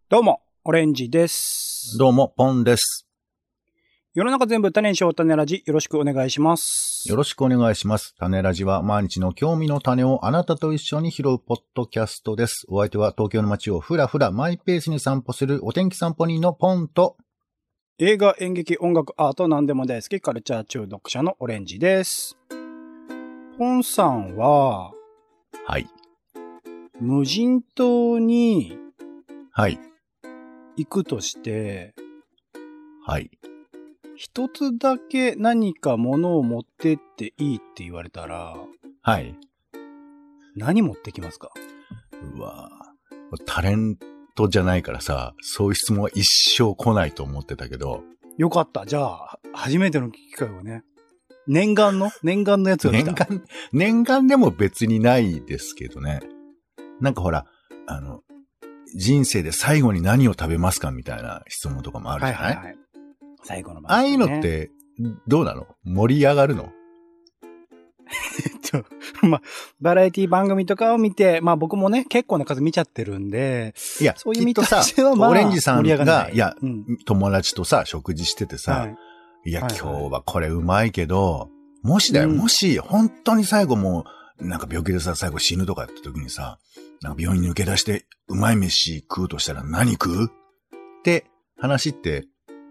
どうも、オレンジです。 どうも、ポンです。 世の中全部種にしよう種ラジ、よろしくお願いします。 よろしくお願いします。種ラジは毎日の興味の種をあなたと一緒に拾うポッドキャストです。お相手は東京の街をふらふらマイペースに散歩するお天気散歩人のポンと、 映画、演劇、音楽、アート、何でも大好きカルチャー中毒者のオレンジです。ポンさんは、 はい。 無人島に、 はい。 行くとして、 はい。 一つだけ何か物を持ってっていいって言われたら、 はい。 何持ってきますか？ うわぁ。タレントじゃないからさ、そういう質問は一生来ないと思ってたけど。 よかった。じゃあ、初めての機会をね。念願のやつが来た。 念願でも別にないですけどね。なんかほら、人生で最後に何を食べますかみたいな質問とかもあるじゃない？はいはいはい。 最後のああいうのって、どうなの？盛り上がるの？ まあ、バラエティ番組とかを見て、まあ僕もね、結構な数見ちゃってるんで、 いや、 そういう見とさ、 まあ、 オレンジさんが、いや、 うん、 友達とさ、食事しててさ、はい、いや、はいはい、今日はこれうまいけど、もしだよ、もし、本当に最後もう、なんか病気でさ、最後死ぬとかって時にさ、なんか病院に抜け出して、うまい飯食うとしたら何食う？って話って、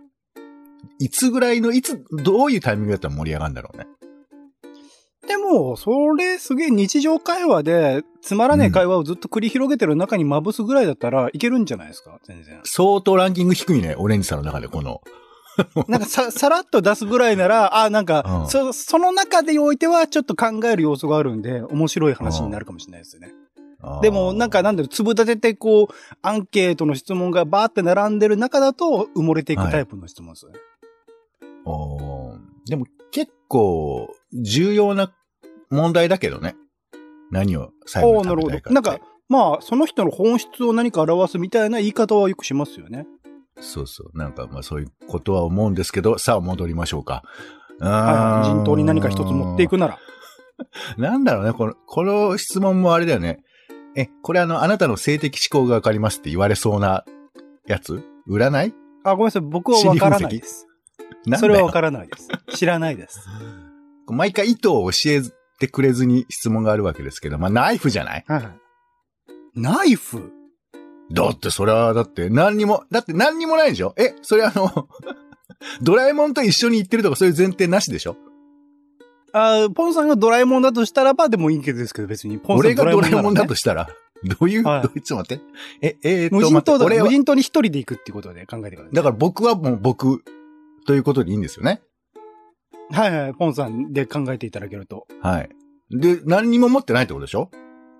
どういうタイミングだったら盛り上がるんだろうね。 でも、それすげえ日常会話で、つまらねえ会話をずっと繰り広げてる中にまぶすぐらいだったらいけるんじゃないですか？全然。 相当ランキング低いね、オレンジさんの中でこの。 なんかさらっと出すぐらいなら、なんか、その中でおいてはちょっと考える要素があるんで、面白い話になるかもしれないですよね。でも、なんだろう、粒立ててこう、アンケートの質問がバーって並んでる中だと、埋もれていくタイプの質問ですよね。 はい、でも結構、重要な問題だけどね。何を最後に食べたいかって。なるほど。 なんか、まあ、その人の本質を何か表すみたいな言い方はよくしますよね。 そうそう。なんか、まあそういうことは思うんですけど、さあ戻りましょうか。 はい。無人島に何か一つ持っていくなら。 なんだろうね。この質問もあれだよね。これあなたの性的指向がわかりますって言われそうなやつ？占い？ ごめんなさい。僕はわからないです。それはわからないです。知らないです。 毎回意図を教えてくれずに質問があるわけですけど、まあナイフじゃない？ はい。ナイフ？ だってそれは、だって何にもないでしょ？それドラえもんと一緒に行ってるとかそういう前提なしでしょ？ ポンさんがドラえもんだとしたらばでもいいけどですけど別に。 ポンさん俺がドラえもんだとしたら、どういう、はい、ちょっと待って。 無人島に一人で行くっていうことで考えてください。 だから僕はもう僕ということでいいんですよね。 はいはい、ポンさんで考えていただけると。 はい。で、何にも持ってないってことでしょ？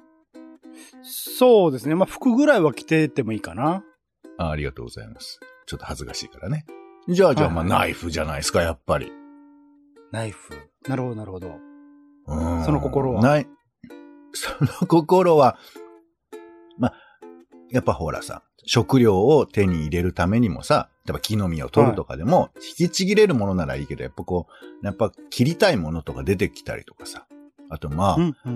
そうですね。まあ、服ぐらいは着てってもいいかな。 ありがとうございます。ちょっと恥ずかしいからね。じゃあ、まあ、ナイフじゃないですか、やっぱり。 ナイフ。なるほど、なるほど。その心はその心は、まあ、やっぱほらさ、食料を手に入れるためにもさ、例えば木の実を取るとかでも、引きちぎれるものならいいけど、やっぱ切りたいものとか出てきたりとかさ。あとまあ、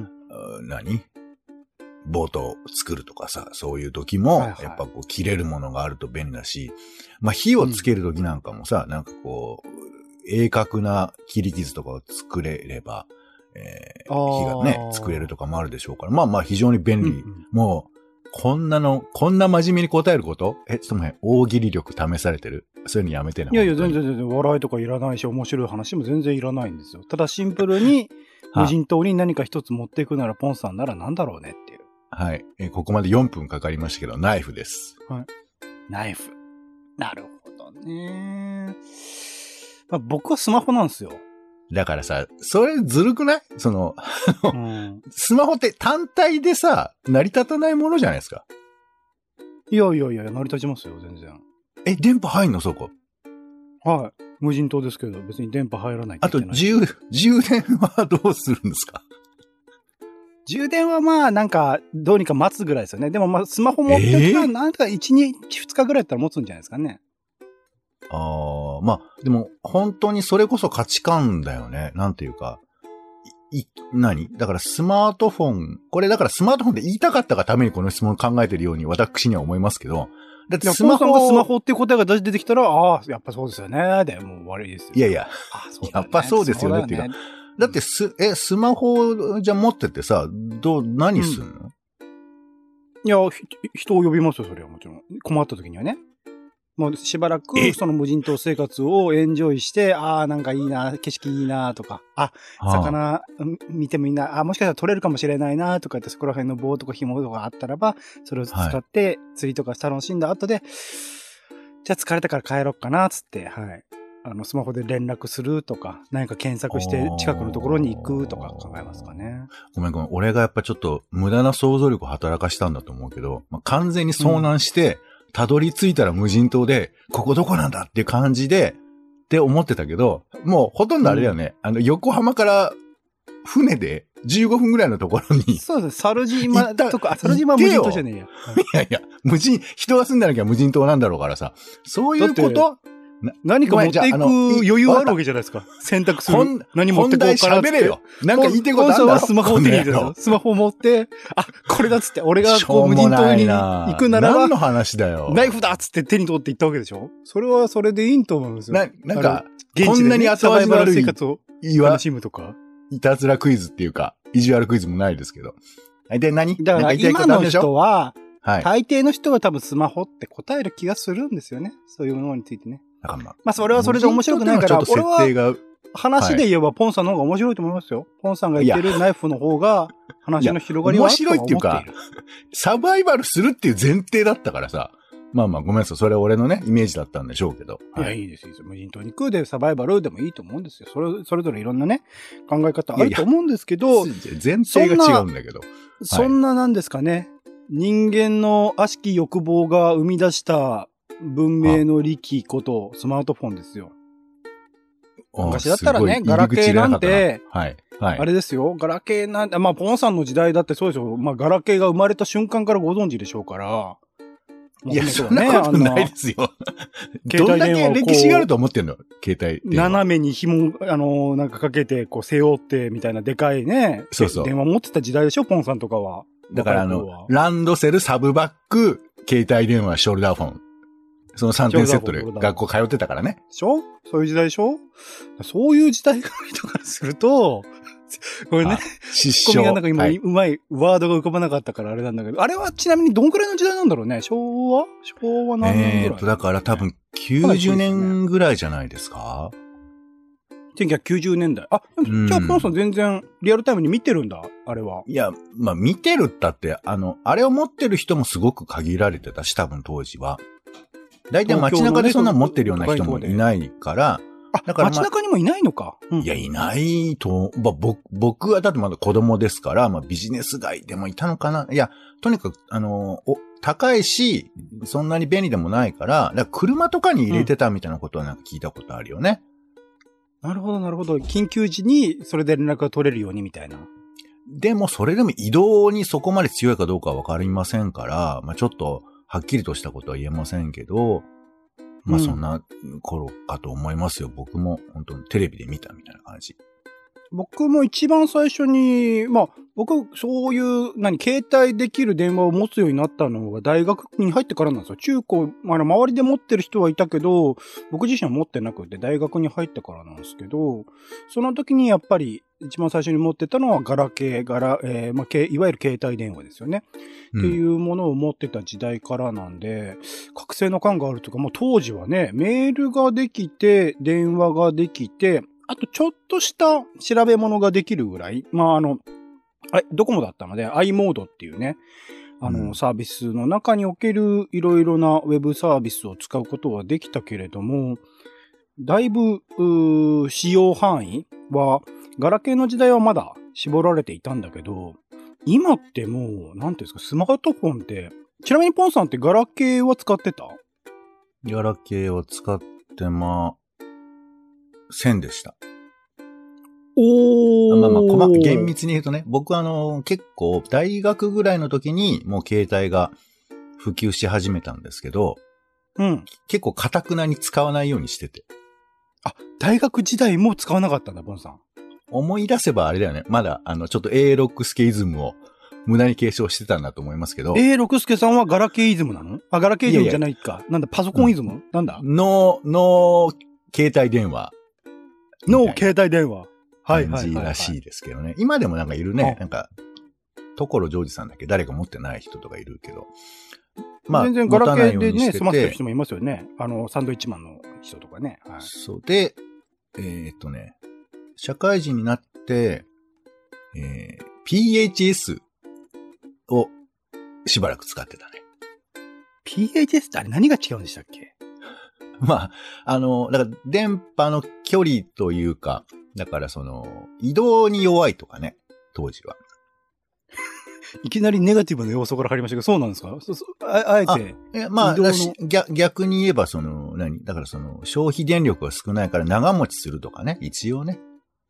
ボートを作るとかさ、そういう時も、やっぱ切れるものがあると便利だし、まあ火をつける時なんかもさ、なんか鋭角な切り傷とかを作れれば、火がね、作れるとかもあるでしょうから、まあまあ非常に便利。もう、こんな真面目に答えること？その辺、大喜利力試されてる？そういうのやめてな。 いやいや、全然、笑いとかいらないし、面白い話も全然いらないんですよ。ただシンプルに、無人島に何か一つ持っていくなら、ポンさんなら何だろうねっていう。 はい。ここまで4分かかりましたけど、ナイフです。 はい。ナイフ。なるほどね。まあ、僕はスマホなんですよ。 だからさ、それずるくない？スマホって単体でさ、成り立たないものじゃないですか。 いや、成り立ちますよ、全然。 電波入んのそこ？ はい。無人島ですけど、別に電波入らないといけない。 あと、充電はどうするんですか？ 充電はまあ、なんか、どうにか待つぐらいですよね。でもまあ、スマホ持っておくと、なんか1、2日ぐらいだったら持つんじゃないですかね。 まあ、でも、本当にそれこそ価値観だよね。なんていうか、 何だからスマートフォン、これだからスマートフォンで言いたかったがためにこの質問を考えてるように私には思いますけど、だってスマホがスマホっていう答えが出てきたら、ああ、やっぱそうですよね。でもう悪いですよ。 いやいや、そうね、やっぱそうですよねっていうか、だってスマホじゃ持っててさ、何すんの？ いや、人を呼びますよ、それはもちろん。困った時にはね。もうしばらくその無人島生活をエンジョイして、ああ、なんかいいな、景色いいなとか、魚見てもいいな、もしかしたら取れるかもしれないなとかって、そこら辺の棒とか紐とかあったらば、それを使って釣りとか楽しんだ後で、じゃあ疲れたから帰ろっかな、つって、はい。スマホで連絡するとか、何か検索して近くのところに行くとか考えますかね。 ごめん。俺がやっぱちょっと無駄な想像力を働かしたんだと思うけど、完全に遭難して、たどり着いたら無人島で、ここどこなんだっていう感じで、って思ってたけど、もうほとんどあれだよね。横浜から船で15分ぐらいのところに。 そうです。猿島とか、猿島は無人島じゃねえや。 いや、人が住んでなきゃ無人島なんだろうからさ。そういうこと何か持っていく余裕あるわけじゃないですか。選択する。何持ってこうかなって。 喋れよ。なんか言いてことあるんだろ。 スマホを手に入れた。スマホを持って、これだっつって、俺がこう無人島に行くならば、 何の話だよ。 ナイフだっつって手に取って行ったわけでしょ？それはそれでいいと思うんですよ。 なんか、 こんなに後味悪い生活を楽しむとか。 いたずらクイズっていうか、意地悪クイズもないですけど。で、 だから今の人は、大抵の人は多分スマホって答える気がするんですよね。そういうものについてね。それはそれで面白くないから、俺は話で言えばポンさんの方が面白いと思いますよ。ポンさんが言ってるナイフの方が話の広がりは面白いっていうか、サバイバルするっていう前提だったからさ。ごめんなさい。それは俺のね、イメージだったんでしょうけど。 いや、いいですよ。無人島に行くでサバイバルでもいいと思うんですよ。それぞれいろんなね、考え方あると思うんですけど、 前提が違うんだけど。 そんななんですかね。人間の悪しき欲望が生み出した文明の利器ことスマートフォンですよ。昔だったらね、ガラケーなんて、あれですよ、ガラケーなんて、ポンさんの時代だってそうですよ。ガラケーが生まれた瞬間からご存知でしょうから。 いや、そんなことないですよ。どんだけ歴史があると思ってんの？携帯電話。 斜めに紐、なんかかけて、背負って、みたいなでかいね。 そう電話持ってた時代でしょ、ポンさんとかは。 だからランドセル、サブバッグ、携帯電話、ショルダーフォン。その3点セットで学校通ってたからね。 でしょ？そういう時代でしょ？そういう時代が人からすると、これね、ツッコミがなんか今、うまいワードが浮かばなかったからあれなんだけど、あれはちなみにどんくらいの時代なんだろうね？昭和何年ぐらい？ だから多分90年ぐらいじゃないですか ？1990年代。じゃあ、ポンさん全然リアルタイムに見てるんだ、あれは。 いや、見てるったって、あれを持ってる人もすごく限られてたし、多分当時は。大体街中でそんな持ってるような人もいないから、 だから街中にもいないのか。 いや、いないと、僕はだってまだ子供ですから、ビジネス街でもいたのかな。いや、とにかく、高いし、そんなに便利でもないから、だから車とかに入れてたみたいなことはなんか聞いたことあるよね。 なるほど、なるほど。緊急時にそれで連絡が取れるようにみたいな。 でもそれでも移動にそこまで強いかどうかはわかりませんから、ちょっとはっきりとしたことは言えませんけど、そんな頃かと思いますよ。僕も本当にテレビで見たみたいな感じ。 僕も一番最初に、僕、そういう、携帯できる電話を持つようになったのが大学に入ってからなんですよ。中高、周りで持ってる人はいたけど、僕自身は持ってなくて、大学に入ってからなんですけど、その時にやっぱり、一番最初に持ってたのはガラケー、いわゆる携帯電話ですよね。っていうものを持ってた時代からなんで、覚醒の感があるというか、もう当時はね、メールができて、電話ができて、あとちょっとした調べ物ができるぐらい、ドコモだったので、i モードっていうね、サービスの中におけるいろいろなウェブサービスを使うことはできたけれども、だいぶ、使用範囲は、ガラケーの時代はまだ絞られていたんだけど、今ってもう、なんていうんですか、スマートフォンって、ちなみにポンさんってガラケーは使ってた？ ガラケーを使って線でした。厳密に言うとね、僕結構大学ぐらいの時にもう携帯が普及し始めたんですけど、結構堅くなに使わないようにしてて。 大学時代も使わなかったんだ、ボンさん。 思い出せばあれだよね。まだ、ちょっと A ロックスケイズムを無駄に継承してたんだと思いますけど。 A ロックスケさんはガラケーイズムなの？あ、ガラケーイズムじゃないか。なんだ、パソコンイズム？なんだ？ の、携帯電話。 の携帯電話。はい。 感じらしいですけどね。今でもなんかいるね。なんか、所ジョージさんだっけ誰か持ってない人とかいるけど。 まあ、全然ガラケーでね、済ませてる人もいますよね。サンドイッチマンの人とかね。はい、 そうで、社会人になって、PHS をしばらく使ってたね。 PHS ってあれ何が違うんでしたっけ？ まあ、だから電波の距離というか、だから移動に弱いとかね、当時は。 いきなりネガティブな要素から入りましたけど、そうなんですか？あえて。 まあ、逆に言えばだから消費電力が少ないから長持ちするとかね、一応ね。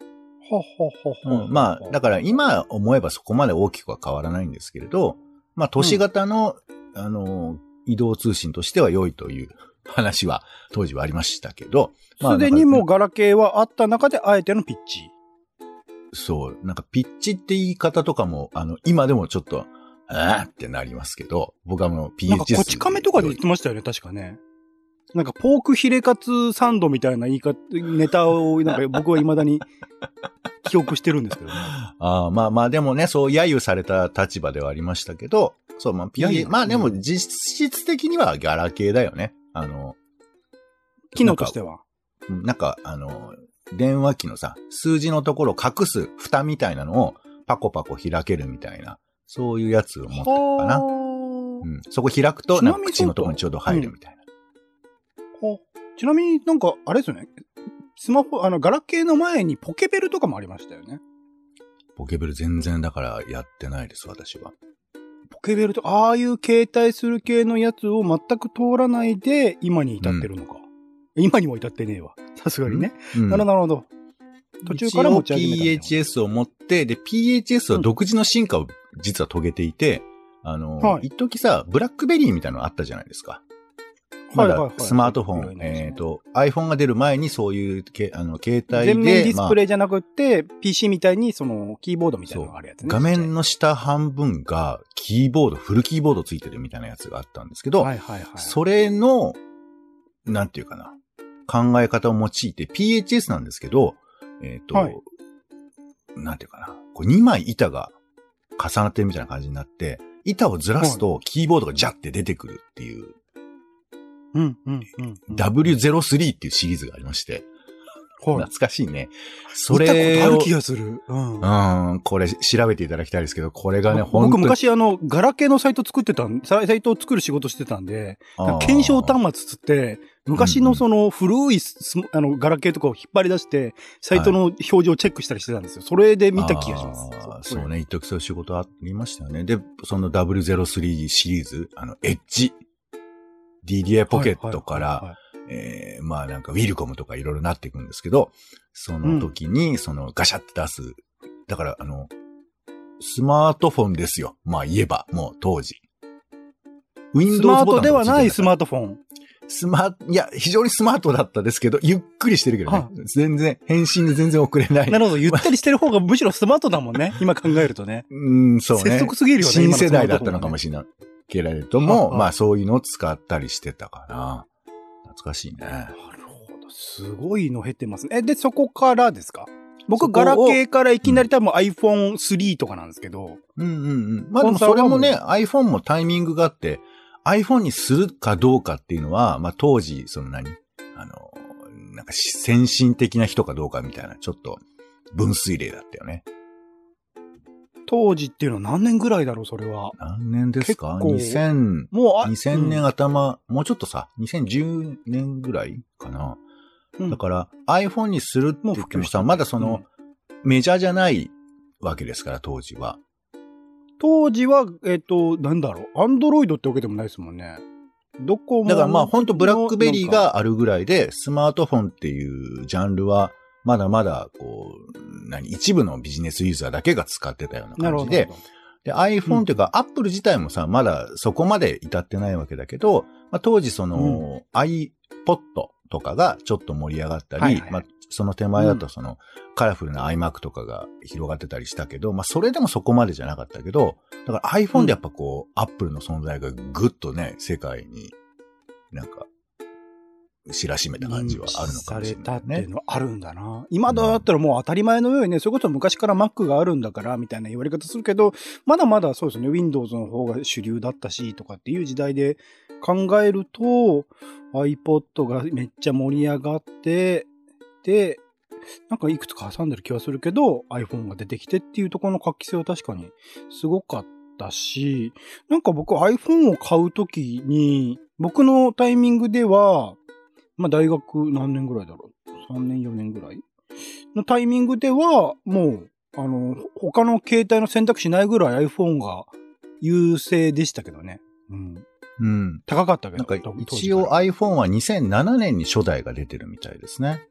まあ、だから今思えばそこまで大きくは変わらないんですけれど、まあ、都市型の、移動通信としては良いという話は当時はありましたけど。 すでにもうガラケーはあった中であえてのピッチ。 そう、なんかピッチって言い方とかも、今でもちょっと、ってなりますけど、僕はPHS。 なんかこち亀とかで言ってましたよね、確かね。なんかポークヒレカツサンドみたいなネタをなんか僕は未だに記憶してるんですけどね。 まあでもね、そう揶揄された立場ではありましたけど、そう、まあでも実質的にはガラケーだよね。 機能としては。 なんか、電話機のさ、数字のところを隠す蓋みたいなのをパコパコ開けるみたいな、そういうやつを持ってるかな。そこ開くと、なんか口のところにちょうど入るみたいな。 ちなみになんか、あれですよね。スマホ、ガラケーの前にポケベルとかもありましたよね。 ポケベル全然だからやってないです、私は。 ポケベルと、ああいう携帯する系のやつを全く通らないで、今に至ってるのか。今にも至ってねえわ。さすがにね。なるほど。途中から持ち上げめた。 PHS を持って、で、PHS は独自の進化を実は遂げていて、一時さ、ブラックベリーみたいなのあったじゃないですか。まだスマートフォン、iPhone が出る前にそういう携帯で。 全面ディスプレイじゃなくて、PC みたいにキーボードみたいなのがあるやつね。 画面の下半分がフルキーボードついてるみたいなやつがあったんですけど、それの、なんていうかな、考え方を用いて PHS なんですけど、なんていうかな、2枚板が重なってるみたいな感じになって、板をずらすとキーボードがジャって出てくるっていう、W03 っていうシリーズがありまして。懐かしいね。 それを。見たことある気がする。 これ調べていただきたいですけど、これがね、 僕昔ガラケーのサイトサイトを作る仕事してたんで、検証端末つって、昔の古いガラケーとかを引っ張り出して、サイトの表示をチェックしたりしてたんですよ。それで見た気がします。 そうね、一時そういう仕事ありましたよね。で、その W03 シリーズ、エッジ。DDI ポケットから、まあなんかウィルコムとかいろいろなっていくんですけど、その時にガシャって出す。だからスマートフォンですよ。まあ言えば、もう当時。 Windows ボタンスマートではないスマートフォン。 いや、非常にスマートだったですけど、ゆっくりしてるけどね。全然、返信で全然遅れない。 なるほど。ゆったりしてる方がむしろスマートだもんね。今考えるとね。 そうね。 接続すぎるよね。 新世代だったのかもしれないけれども、まあそういうのを使ったりしてたかな。懐かしいね。なるほど。すごいの経てますね。で、そこからですか？僕、ガラケーからいきなり多分 iPhone3 とかなんですけど。 まあでもそれもね、iPhone もタイミングがあって、iPhone にするかどうかっていうのは、まあ当時、なんか先進的な人かどうかみたいな、ちょっと分水嶺だったよね。 当時っていうのは何年ぐらいだろう、それは。 何年ですか ?2000 年頭、もうちょっとさ、2010年ぐらいかな。だから iPhone にするって言ってもさ、まだメジャーじゃないわけですから、当時は。 当時は、なんだろう、アンドロイドってわけでもないですもんね。どこも。 だからまあほんとブラックベリーがあるぐらいで、スマートフォンっていうジャンルは、まだまだ、一部のビジネスユーザーだけが使ってたような感じで、で、iPhone というか、Apple 自体もさ、まだそこまで至ってないわけだけど、まあ、当時iPod とかがちょっと盛り上がったり、まあ、 その手前だとカラフルな iMac とかが広がってたりしたけど、まあそれでもそこまでじゃなかったけど、だから iPhone でやっぱこう、Apple の存在がぐっとね、世界になんか、知らしめた感じはあるのかもしれないね。 されたっていうのはあるんだな。今だったらもう当たり前のようにね、それこそ昔から Mac があるんだから、みたいな言われ方するけど、まだまだそうですね、Windows の方が主流だったし、とかっていう時代で考えると、iPod がめっちゃ盛り上がって、で、なんかいくつか挟んでる気はするけど、iPhone が出てきてっていうところの画期性は確かにすごかったし、なんか僕 iPhone を買うときに、僕のタイミングでは、まあ大学何年ぐらいだろう ?3 年4年ぐらいのタイミングでは、もう、他の携帯の選択肢ないぐらい iPhone が優勢でしたけどね。うん。 うん。 高かったけど。 なんか一応 iPhone は2007年に初代が出てるみたいですね。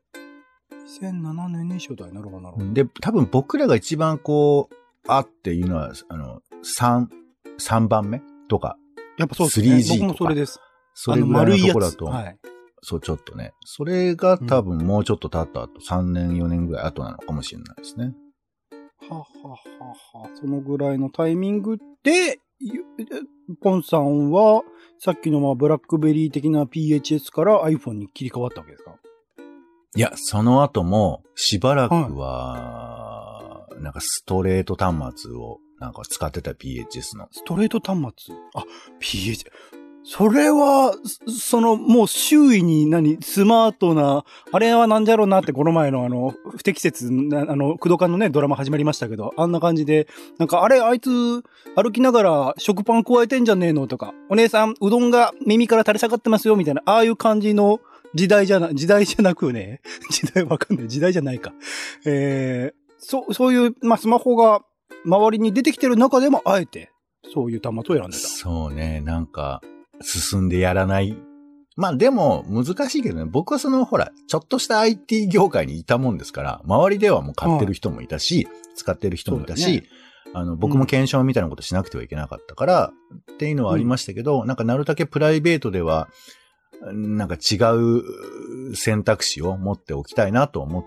2007年に初代、なるほどなるほど。 で、多分僕らが一番こう、っていうのは、3番目とか。 やっぱそうですね。 3G とか。 僕もそれです。 それぐらいのところだと。 はい。 そう、ちょっとね。それが多分もうちょっと経った後、3年、4年ぐらい後なのかもしれないですね。 はははは。そのぐらいのタイミングで、ポンさんは、さっきのブラックベリー的な PHS から iPhone に切り替わったわけですか？ いや、その後も、しばらくは、なんかストレート端末をなんか使ってた PHS の。 ストレート端末？あ、PHS。それは、もう周囲にスマートな、あれはなんじゃろうなってこの前の不適切な、クドカンのね、ドラマ始まりましたけど、あんな感じで、なんかあいつ、歩きながら食パン加えてんじゃねえのとか、お姉さん、うどんが耳から垂れ下がってますよ、みたいな、ああいう感じの時代じゃなくね、時代わかんない、時代じゃないか。そういう、スマホが周りに出てきてる中でも、あえて、そういう端末を選んでた。 そうね、なんか、進んでやらない。まあでも難しいけどね、僕はほら、ちょっとした IT 業界にいたもんですから、周りではもう買ってる人もいたし、使ってる人もいたし、僕も検証みたいなことしなくてはいけなかったから、っていうのはありましたけど、なんかなるだけプライベートでは、なんか違う選択肢を持っておきたいなと思って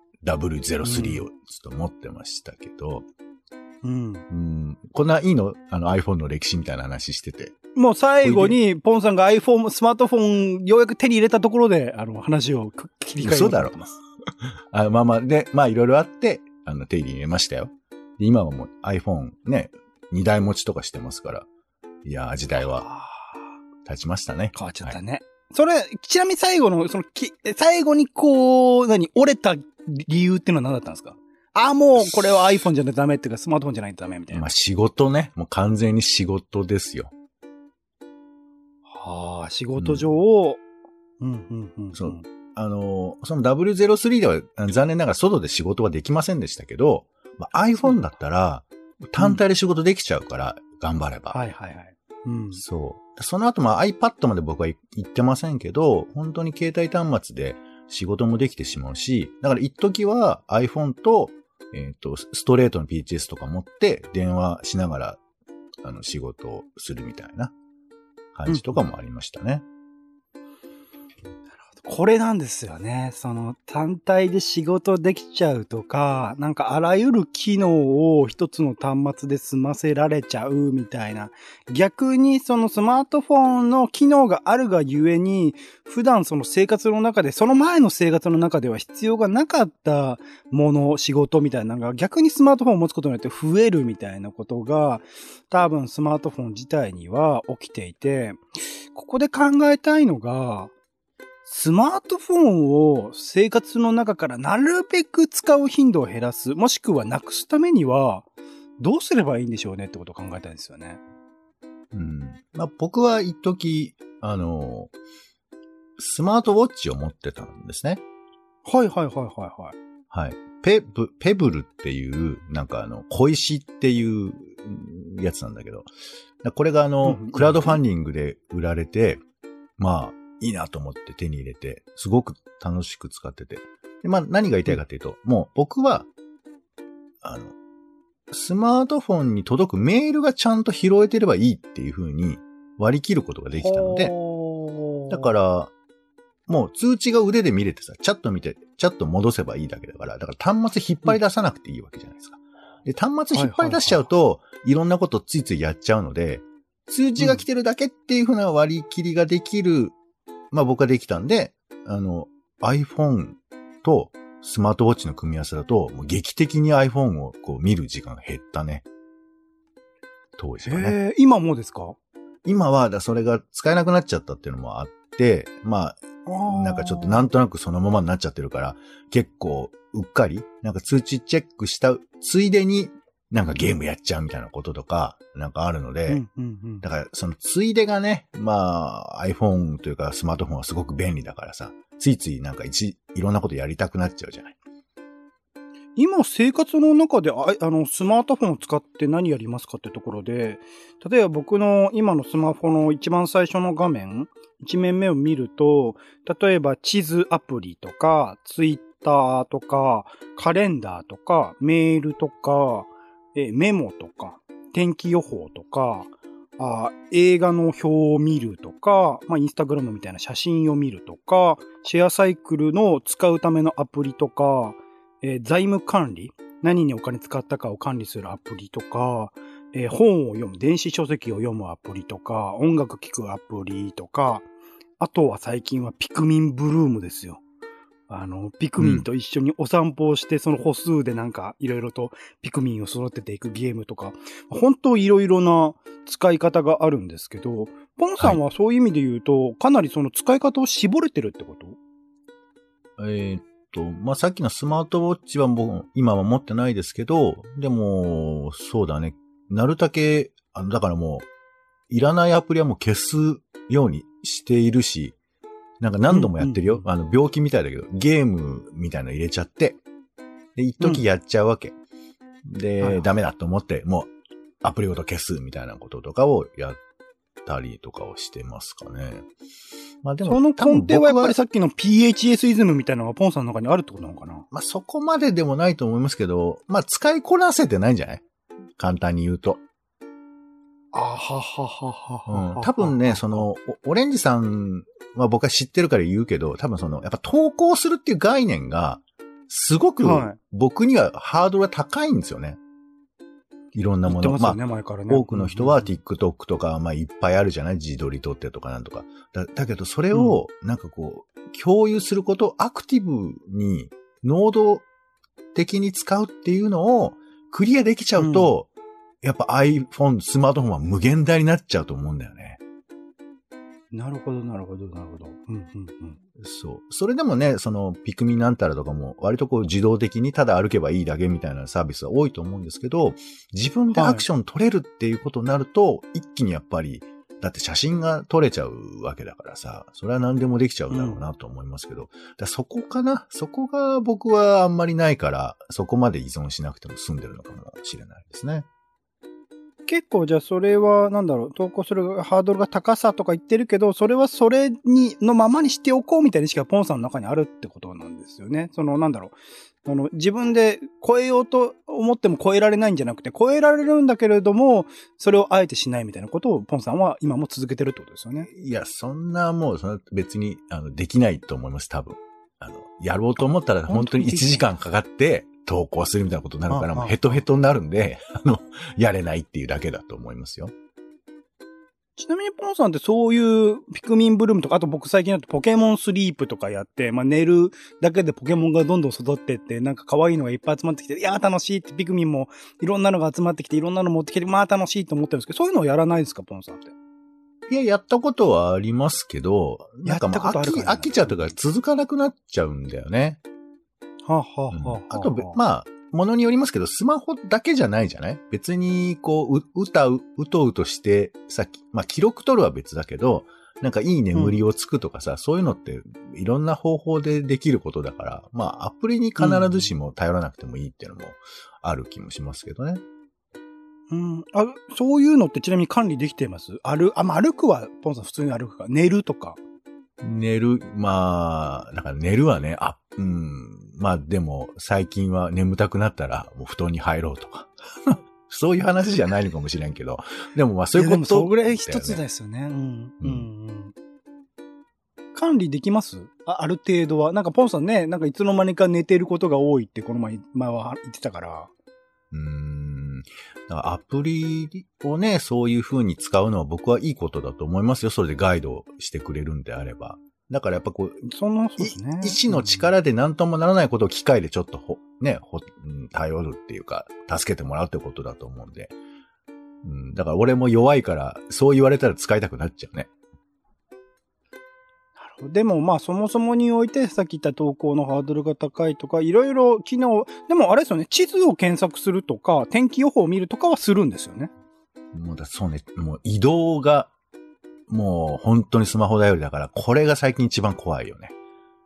、W03 をちょっと持ってましたけど、こんないいのiPhone の歴史みたいな話してて。 もう最後に、ポンさんがスマートフォン、ようやく手に入れたところで、話を切り替えようと思ってます。 まあいろいろあって、手に入れましたよ。で今はもう iPhone ね、2台持ちとかしてますから。いやー、時代は、経ちましたね。 変わっちゃったね。はい、それ、ちなみに最後の、最後に折れた理由っていうのは何だったんですか？もうこれは iPhone じゃダメっていうかスマートフォンじゃないとダメみたいな。 まあ仕事ね。もう完全に仕事ですよ。 仕事上、 そう。その W03 では残念ながら外で仕事はできませんでしたけど、iPhone だったら単体で仕事できちゃうから、頑張れば。 はいはいはい。 そう。その後iPad まで僕は行ってませんけど、本当に携帯端末で仕事もできてしまうし、だから一時は iPhone とストレートの PHS とか持って電話しながら、仕事をするみたいな感じとかもありましたね。 これなんですよね。単体で仕事できちゃうとか、なんかあらゆる機能を一つの端末で済ませられちゃうみたいな。逆にスマートフォンの機能があるがゆえに、普段生活の中で、その前の生活の中では必要がなかったもの、仕事みたいなのが逆にスマートフォンを持つことによって増えるみたいなことが、多分スマートフォン自体には起きていて、ここで考えたいのが、スマートフォンを生活の中からなるべく使う頻度を減らす、もしくはなくすためには、どうすればいいんでしょうねってことを考えたいんですよね。 僕は一時、スマートウォッチを持ってたんですね。 はい。 はい。ペブルっていう、なんか小石っていうやつなんだけど、これがクラウドファンディングで売られて、いいなと思って手に入れて、すごく楽しく使ってて。で、何が言いたいかというと、もう僕は、スマートフォンに届くメールがちゃんと拾えてればいいっていう風に割り切ることができたので、だから、 もう通知が腕で見れてさ、チャット見て、チャット戻せばいいだけだから、だから端末引っ張り出さなくていいわけじゃないですか。で、端末引っ張り出しちゃうと、いろんなことついついやっちゃうので、通知が来てるだけっていう風な割り切りができる、まあ僕はできたんで、iPhone とスマートウォッチの組み合わせだと、もう劇的に iPhone をこう見る時間が減ったね。当時はね。 今もですか？ 今は、それが使えなくなっちゃったっていうのもあって、まあ、なんかちょっとなんとなくそのままになっちゃってるから、結構うっかり、なんか通知チェックしたついでに、なんかゲームやっちゃうみたいなこととか、なんかあるので、だからそのついでがね、まあ iPhone というかスマートフォンはすごく便利だからさ、ついついなんかいろんなことやりたくなっちゃうじゃない。 今生活の中でスマートフォンを使って何やりますかってところで、例えば僕の今のスマホの一番最初の画面、一面目を見ると、例えば地図アプリとか、ツイッターとか、カレンダーとか、メールとか、メモとか、天気予報とか、映画の表を見るとか、まあ、インスタグラムみたいな写真を見るとか、シェアサイクルの使うためのアプリとか、財務管理、何にお金使ったかを管理するアプリとか、本を読む、電子書籍を読むアプリとか、音楽聴くアプリとか、あとは最近はピクミンブルームですよ。ピクミンと一緒にお散歩をして、その歩数でなんかいろいろとピクミンを育てていくゲームとか、本当いろいろな使い方があるんですけど、ポンさんはそういう意味で言うと、かなりその使い方を絞れてるってこと？ まあ、さっきのスマートウォッチはもう今は持ってないですけど、でも、そうだね。なるだけ、だからもう、いらないアプリはもう消すようにしているし、なんか何度もやってるよ。病気みたいだけど、ゲームみたいなの入れちゃって、で、一時やっちゃうわけ。で、ダメだと思って、もう、アプリごと消すみたいなこととかをやったりとかをしてますかね。まあでも、 その根底はやっぱりさっきの PHS イズムみたいなのがポンさんの中にあるってことなのかな？ まあそこまででもないと思いますけど、まあ使いこなせてないんじゃない？簡単に言うと。多分ね、オレンジさんは僕は知ってるから言うけど、多分やっぱ投稿するっていう概念が、すごく僕にはハードルが高いんですよね。いろんなもの。 まあ、前からね、 多くの人は TikTok とか、まあいっぱいあるじゃない？自撮り撮ってとかなんとか。だけどそれを、なんかこう、共有することをアクティブに、能動的に使うっていうのをクリアできちゃうと、やっぱ iPhone、スマートフォンは無限大になっちゃうと思うんだよね。 なるほど。 そう。それでもね、ピクミンなんたらとかも、割とこう自動的にただ歩けばいいだけみたいなサービスは多いと思うんですけど、自分でアクション取れるっていうことになると、一気にやっぱり、だって写真が撮れちゃうわけだからさ、それは何でもできちゃうんだろうなと思いますけど、そこかな？そこが僕はあんまりないから、そこまで依存しなくても済んでるのかもしれないですね。 結構じゃあそれは投稿するハードルが高さとか言ってるけど、それはそれのままにしておこうみたいな意識がポンさんの中にあるってことなんですよね。自分で超えようと思っても超えられないんじゃなくて、超えられるんだけれども、それをあえてしないみたいなことをポンさんは今も続けてるってことですよね。 いや、そんな別に、できないと思います、多分。やろうと思ったら本当に1時間かかって、投稿するみたいなことになるから、もうヘトヘトになるんで、やれないっていうだけだと思いますよ。 ちなみにポンさんってそういうピクミンブルームとか、あと僕最近だとポケモンスリープとかやって、まあ寝るだけでポケモンがどんどん育ってって、なんか可愛いのがいっぱい集まってきて、いやー楽しいってピクミンもいろんなのが集まってきて、いろんなの持ってきて、まあ楽しいと思ってるんですけど、そういうのをやらないですか、ポンさんって。 いや、やったことはありますけど、なんかもう飽きちゃうとか続かなくなっちゃうんだよね。あと、まあ、ものによりますけど、スマホだけじゃないじゃない？別に、こう、うとうとして、さっき、まあ、記録取るは別だけど、なんかいい眠りをつくとかさ、そういうのっていろんな方法でできることだから、まあ、アプリに必ずしも頼らなくてもいいっていうのもある気もしますけどね。 そういうのってちなみに管理できてます？歩くは、ポンさん普通に歩くか。寝るとか。 まあ、だから寝るはね、まあでも最近は眠たくなったらもう布団に入ろうとか。そういう話じゃないのかもしれんけど。でもまあそういうこと、 でもそれぐらい一つですよね。 管理できます？ある程度は。なんかポンさんね、なんかいつの間にか寝てることが多いってこの前は言ってたから。 だからアプリをね、そういう風に使うのは僕はいいことだと思いますよ。それでガイドしてくれるんであれば。だからやっぱこう、 そうですね。 意志の力で何ともならないことを機械でちょっと頼るっていうか、助けてもらうってことだと思うんで。だから俺も弱いから、そう言われたら使いたくなっちゃうね。 でもまあそもそもにおいてさっき言った投稿のハードルが高いとかいろいろ機能、でもあれですよね、地図を検索するとか天気予報を見るとかはするんですよね。 そうね、もう移動がもう本当にスマホ頼りだからこれが最近一番怖いよね。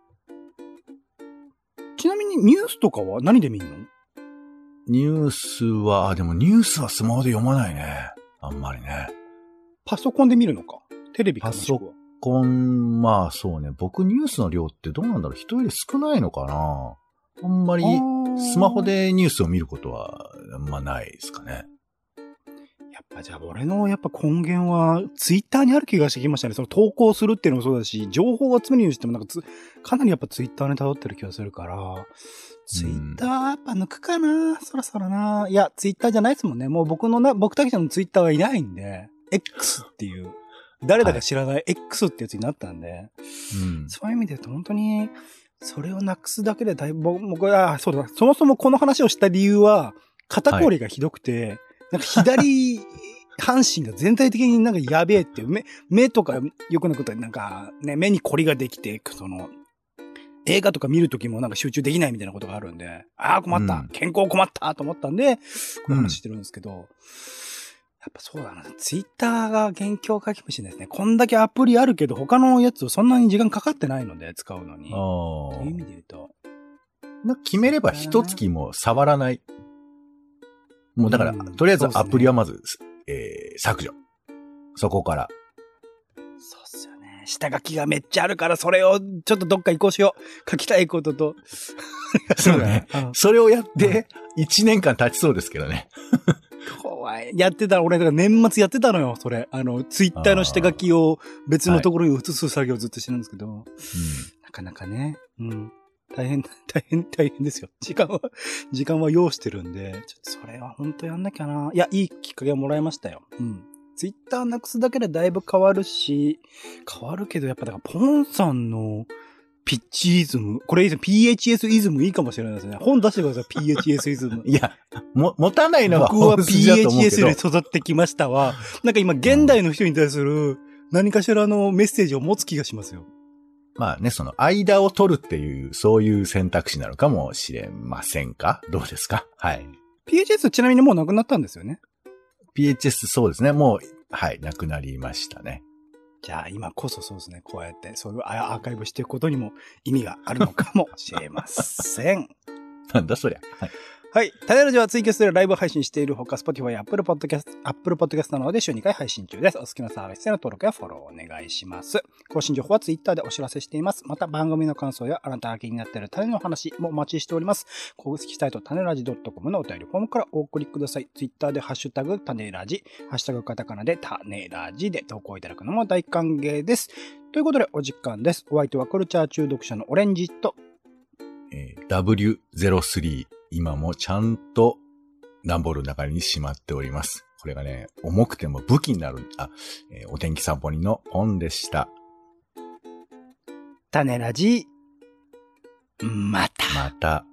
ちなみにニュースとかは何で見るの？ ニュースは、でもニュースはスマホで読まないね。あんまりね。 パソコンで見るのか？テレビかもしくは。 まあそうね。僕ニュースの量ってどうなんだろう？人より少ないのかな？あんまりスマホでニュースを見ることはあんまないですかね。 やっぱじゃあ俺のやっぱ根源はツイッターにある気がしてきましたね。その投稿するっていうのもそうだし、情報を集めるにしてもなんかかなりやっぱツイッターに頼ってる気がするから、ツイッターやっぱ抜くかな？そろそろな。いや、ツイッターじゃないですもんね。もう僕たけちゃんのツイッターはいないんで、X っていう。誰だか知らない X ってやつになったんで、そういう意味で言うと本当に、それをなくすだけでだいぶ、そうだ、そもそもこの話をした理由は、肩こりがひどくて、なんか左半身が全体的になんかやべえっていう、目とか良くなくて、なんかね、目にこりができて、映画とか見るときもなんか集中できないみたいなことがあるんで、困った、健康困ったと思ったんで、こういう話してるんですけど、やっぱそうだな。ツイッターが元凶かもしれないですね。こんだけアプリあるけど、他のやつそんなに時間かかってないので、使うのに。という意味で言うと。 決めれば一月も触らない。もうだから、とりあえずアプリはまず、削除。そこから。 そうっすよね。下書きがめっちゃあるから、それをちょっとどっか移行しよう。書きたいことと。 そうね。それをやって、1年間経ちそうですけどね。 怖い。やってた、俺、だから年末やってたのよ、それ。ツイッターの下書きを別のところに移す作業をずっとしてるんですけど。なかなかね。大変ですよ。時間は要してるんで、ちょっとそれは本当やんなきゃな。いや、いいきっかけをもらいましたよ。ツイッターなくすだけでだいぶ変わるし、変わるけど、やっぱだから、ポンさんの、ピッチイズム。これいいですね。PHS イズムいいかもしれないですね。本出してください。PHS イズム。 いや、持たないのは僕は PHS で育ってきましたわ。なんか今、現代の人に対する何かしらのメッセージを持つ気がしますよ。 まあね、その間を取るっていう、そういう選択肢なのかもしれませんか？どうですか？はい。 PHS ちなみにもうなくなったんですよね。 PHS そうですね。もう、はい、なくなりましたね。 じゃあ今こそそうですね。こうやってそういうアーカイブしていくことにも意味があるのかもしれません。 なんだそりゃ。はい。 はい。タネラジはツイキャスでライブ配信しているほか、Spotify や Apple Podcast などで週2回配信中です。お好きなサービスへの登録やフォローお願いします。更新情報は Twitter でお知らせしています。また番組の感想やあなたが気になっている種の話もお待ちしております。公式サイト種ラジ .com のお便りフォームからお送りください。Twitter でハッシュタグ種ラジ、ハッシュタグカタカナで種ラジで投稿いただくのも大歓迎です。ということでお時間です。お相手はカルチャー中毒者のオレンジと、 W03 今もちゃんと段ボールの中にしまっております。これがね、重くても武器になる、お天気散歩人の本でした。 種ラジ、また。 また。